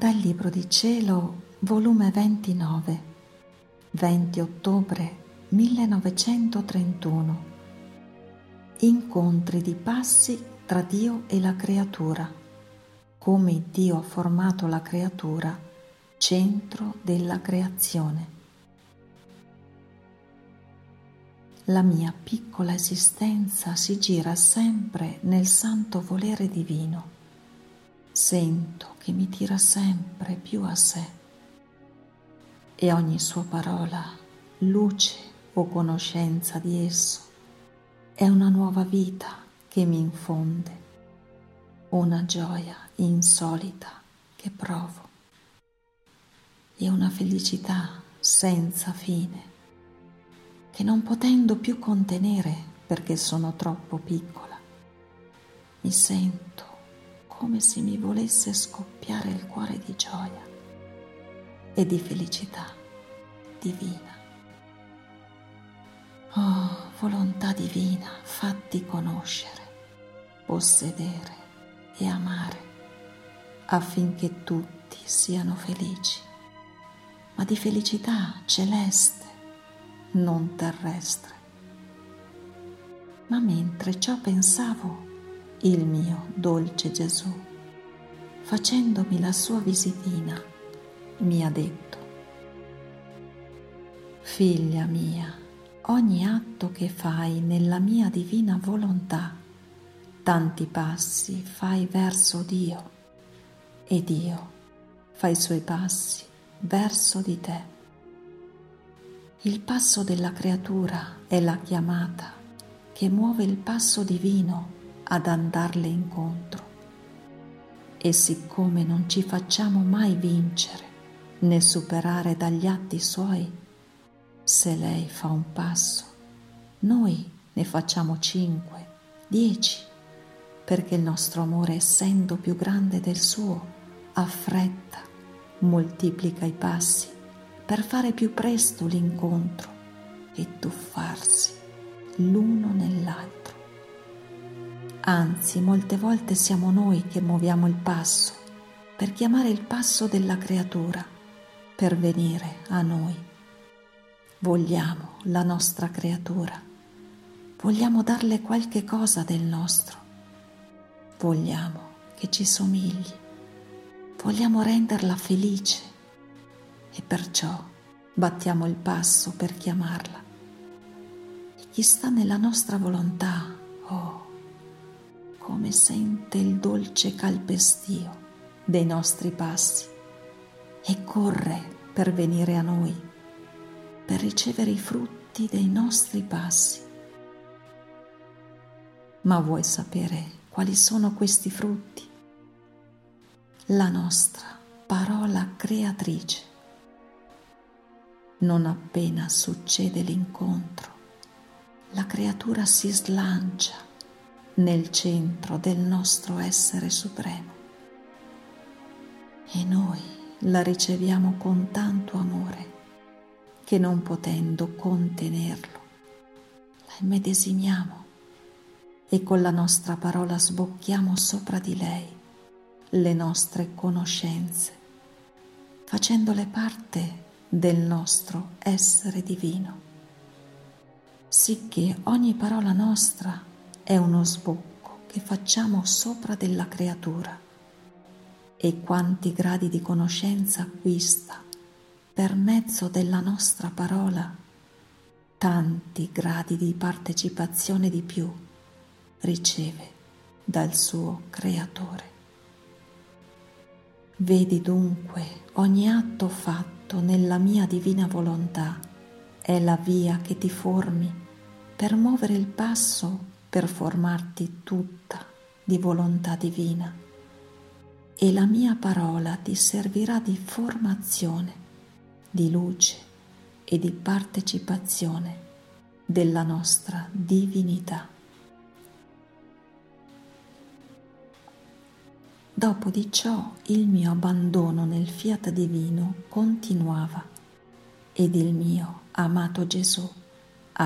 Dal Libro di Cielo, volume 29, 20 ottobre 1931. Incontri di passi tra Dio e la creatura. Come Dio ha formato la creatura, centro della creazione. La mia piccola esistenza si gira sempre nel santo volere divino. Sento che mi tira sempre più a sé e ogni sua parola, luce o conoscenza di esso, è una nuova vita che mi infonde, una gioia insolita che provo e una felicità senza fine che non potendo più contenere perché sono troppo piccola, mi sento come se mi volesse scoppiare il cuore di gioia e di felicità divina. Oh, volontà divina, fatti conoscere, possedere e amare, affinché tutti siano felici, ma di felicità celeste, non terrestre. Ma mentre ciò pensavo, il mio dolce Gesù, facendomi la sua visitina, mi ha detto: figlia mia, ogni atto che fai nella mia divina volontà, tanti passi fai verso Dio e Dio fa i suoi passi verso di te. Il passo della creatura è la chiamata che muove il passo divino ad andarle incontro. E siccome non ci facciamo mai vincere né superare dagli atti suoi, se lei fa un passo, noi ne facciamo 5, 10, perché il nostro amore, essendo più grande del suo, affretta, moltiplica i passi per fare più presto l'incontro e tuffarsi l'uno nell'altro. Anzi, molte volte siamo noi che muoviamo il passo per chiamare il passo della creatura per venire a noi. Vogliamo la nostra creatura, vogliamo darle qualche cosa del nostro, vogliamo che ci somigli, vogliamo renderla felice e perciò battiamo il passo per chiamarla. E chi sta nella nostra volontà, oh, come sente il dolce calpestio dei nostri passi e corre per venire a noi, per ricevere i frutti dei nostri passi. Ma vuoi sapere quali sono questi frutti? La nostra parola creatrice. Non appena succede l'incontro, la creatura si slancia nel centro del nostro essere supremo e noi la riceviamo con tanto amore che, non potendo contenerlo, la immedesimiamo e con la nostra parola sbocchiamo sopra di lei le nostre conoscenze, facendole parte del nostro essere divino, sicché ogni parola nostra è uno sbocco che facciamo sopra della creatura, e quanti gradi di conoscenza acquista per mezzo della nostra parola, tanti gradi di partecipazione di più riceve dal suo creatore. Vedi dunque, ogni atto fatto nella mia divina volontà è la via che ti formi per muovere il passo per formarti tutta di volontà divina, e la mia parola ti servirà di formazione, di luce e di partecipazione della nostra divinità. Dopo di ciò il mio abbandono nel fiat divino continuava ed il mio amato Gesù ha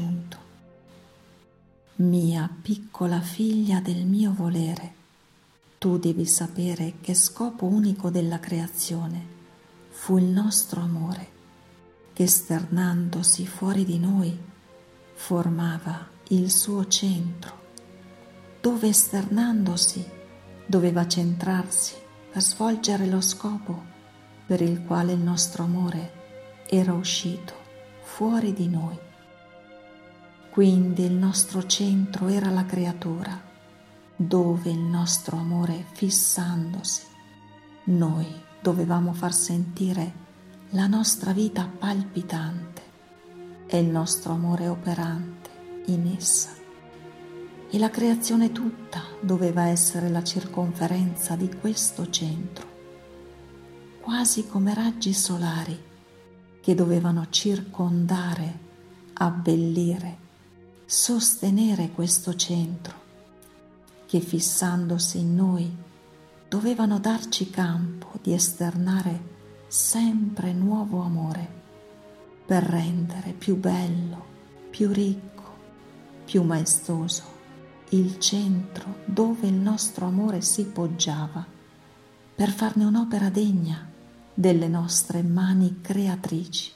soggiunto: mia piccola figlia del mio volere, Tu devi sapere che scopo unico della creazione fu il nostro amore, che esternandosi fuori di noi formava il suo centro, dove esternandosi doveva centrarsi per svolgere lo scopo per il quale il nostro amore era uscito fuori di noi. Quindi il nostro centro era la creatura, dove il nostro amore fissandosi, noi dovevamo far sentire la nostra vita palpitante e il nostro amore operante in essa. E la creazione tutta doveva essere la circonferenza di questo centro, quasi come raggi solari che dovevano circondare, abbellire, sostenere questo centro, che fissandosi in noi dovevano darci campo di esternare sempre nuovo amore per rendere più bello, più ricco, più maestoso il centro dove il nostro amore si poggiava, per farne un'opera degna delle nostre mani creatrici.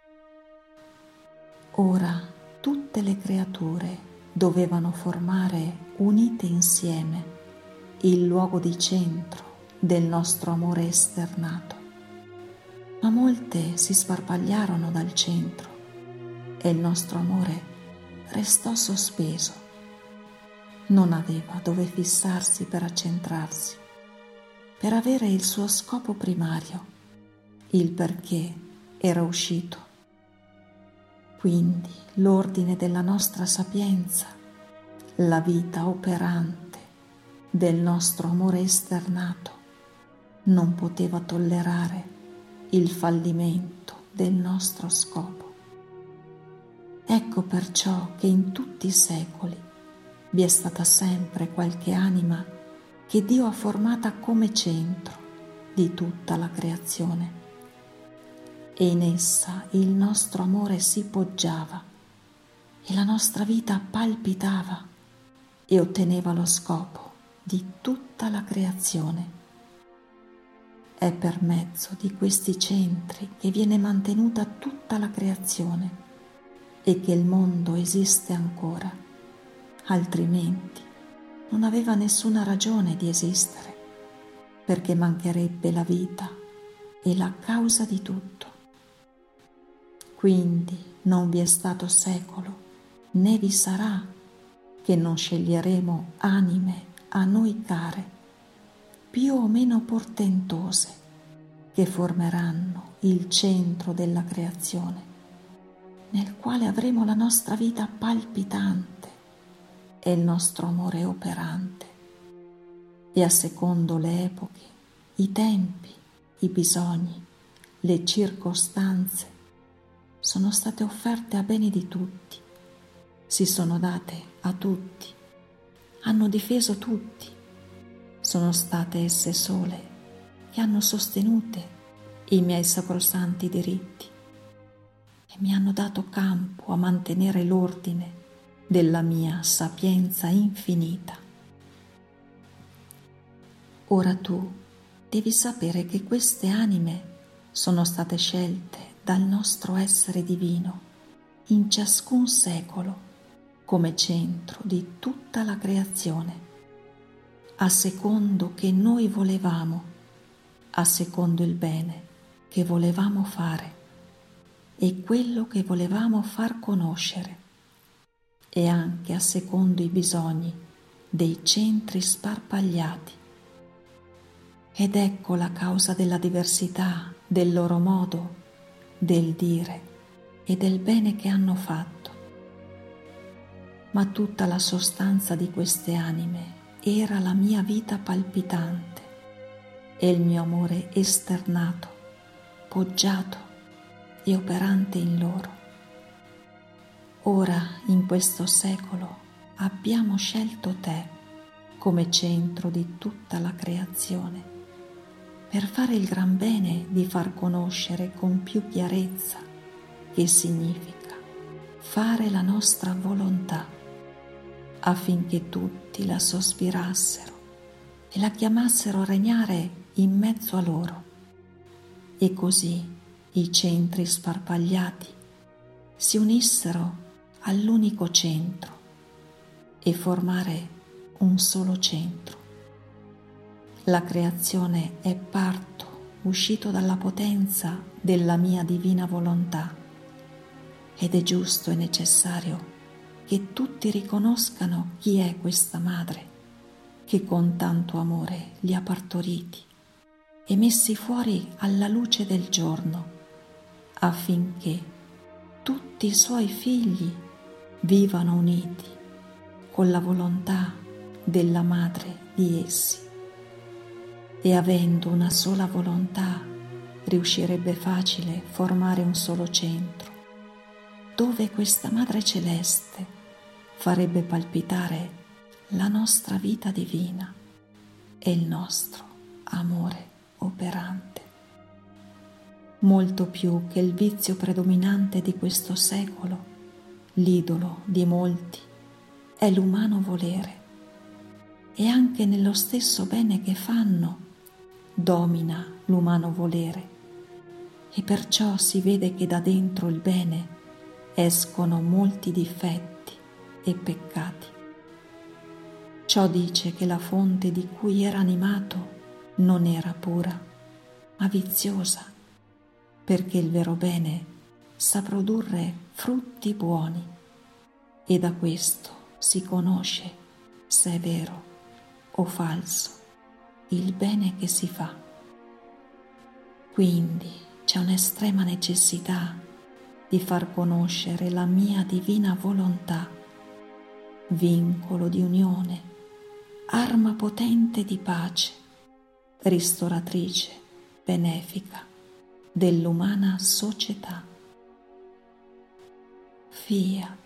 Ora tutte le creature dovevano formare unite insieme il luogo di centro del nostro amore esternato, ma molte si sparpagliarono dal centro e il nostro amore restò sospeso. Non aveva dove fissarsi per accentrarsi, per avere il suo scopo primario, il perché era uscito. Quindi l'ordine della nostra sapienza, la vita operante del nostro amore esternato, non poteva tollerare il fallimento del nostro scopo. Ecco perciò che in tutti i secoli vi è stata sempre qualche anima che Dio ha formata come centro di tutta la creazione, e in essa il nostro amore si poggiava e la nostra vita palpitava e otteneva lo scopo di tutta la creazione. È per mezzo di questi centri che viene mantenuta tutta la creazione e che il mondo esiste ancora, altrimenti non aveva nessuna ragione di esistere, perché mancherebbe la vita e la causa di tutto. Quindi non vi è stato secolo, né vi sarà, che non sceglieremo anime a noi care, più o meno portentose, che formeranno il centro della creazione, nel quale avremo la nostra vita palpitante e il nostro amore operante, e a secondo le epoche, i tempi, i bisogni, le circostanze sono state offerte a bene di tutti, si sono date a tutti, hanno difeso tutti, sono state esse sole che hanno sostenute i miei sacrosanti diritti e mi hanno dato campo a mantenere l'ordine della mia sapienza infinita. Ora tu devi sapere che queste anime sono state scelte dal nostro essere divino in ciascun secolo come centro di tutta la creazione, a secondo che noi volevamo, a secondo il bene che volevamo fare e quello che volevamo far conoscere, e anche a secondo i bisogni dei centri sparpagliati. Ed ecco la causa della diversità del loro modo, del dire e del bene che hanno fatto. Ma tutta la sostanza di queste anime era la mia vita palpitante e il mio amore esternato, poggiato e operante in loro. Ora, in questo secolo, abbiamo scelto te come centro di tutta la creazione, per fare il gran bene di far conoscere con più chiarezza che significa fare la nostra volontà, affinché tutti la sospirassero e la chiamassero a regnare in mezzo a loro. E così i centri sparpagliati si unissero all'unico centro e formare un solo centro. La creazione è parto uscito dalla potenza della mia divina volontà ed è giusto e necessario che tutti riconoscano chi è questa madre che con tanto amore li ha partoriti e messi fuori alla luce del giorno, affinché tutti i suoi figli vivano uniti con la volontà della madre di essi. E avendo una sola volontà, riuscirebbe facile formare un solo centro, dove questa Madre Celeste farebbe palpitare la nostra vita divina e il nostro amore operante. Molto più che il vizio predominante di questo secolo, l'idolo di molti è l'umano volere, e anche nello stesso bene che fanno domina l'umano volere, e perciò si vede che da dentro il bene escono molti difetti e peccati. Ciò dice che la fonte di cui era animato non era pura, ma viziosa, perché il vero bene sa produrre frutti buoni, e da questo si conosce se è vero o falso il bene che si fa. Quindi c'è un'estrema necessità di far conoscere la mia divina volontà, vincolo di unione, arma potente di pace, ristoratrice, benefica dell'umana società. Fiat.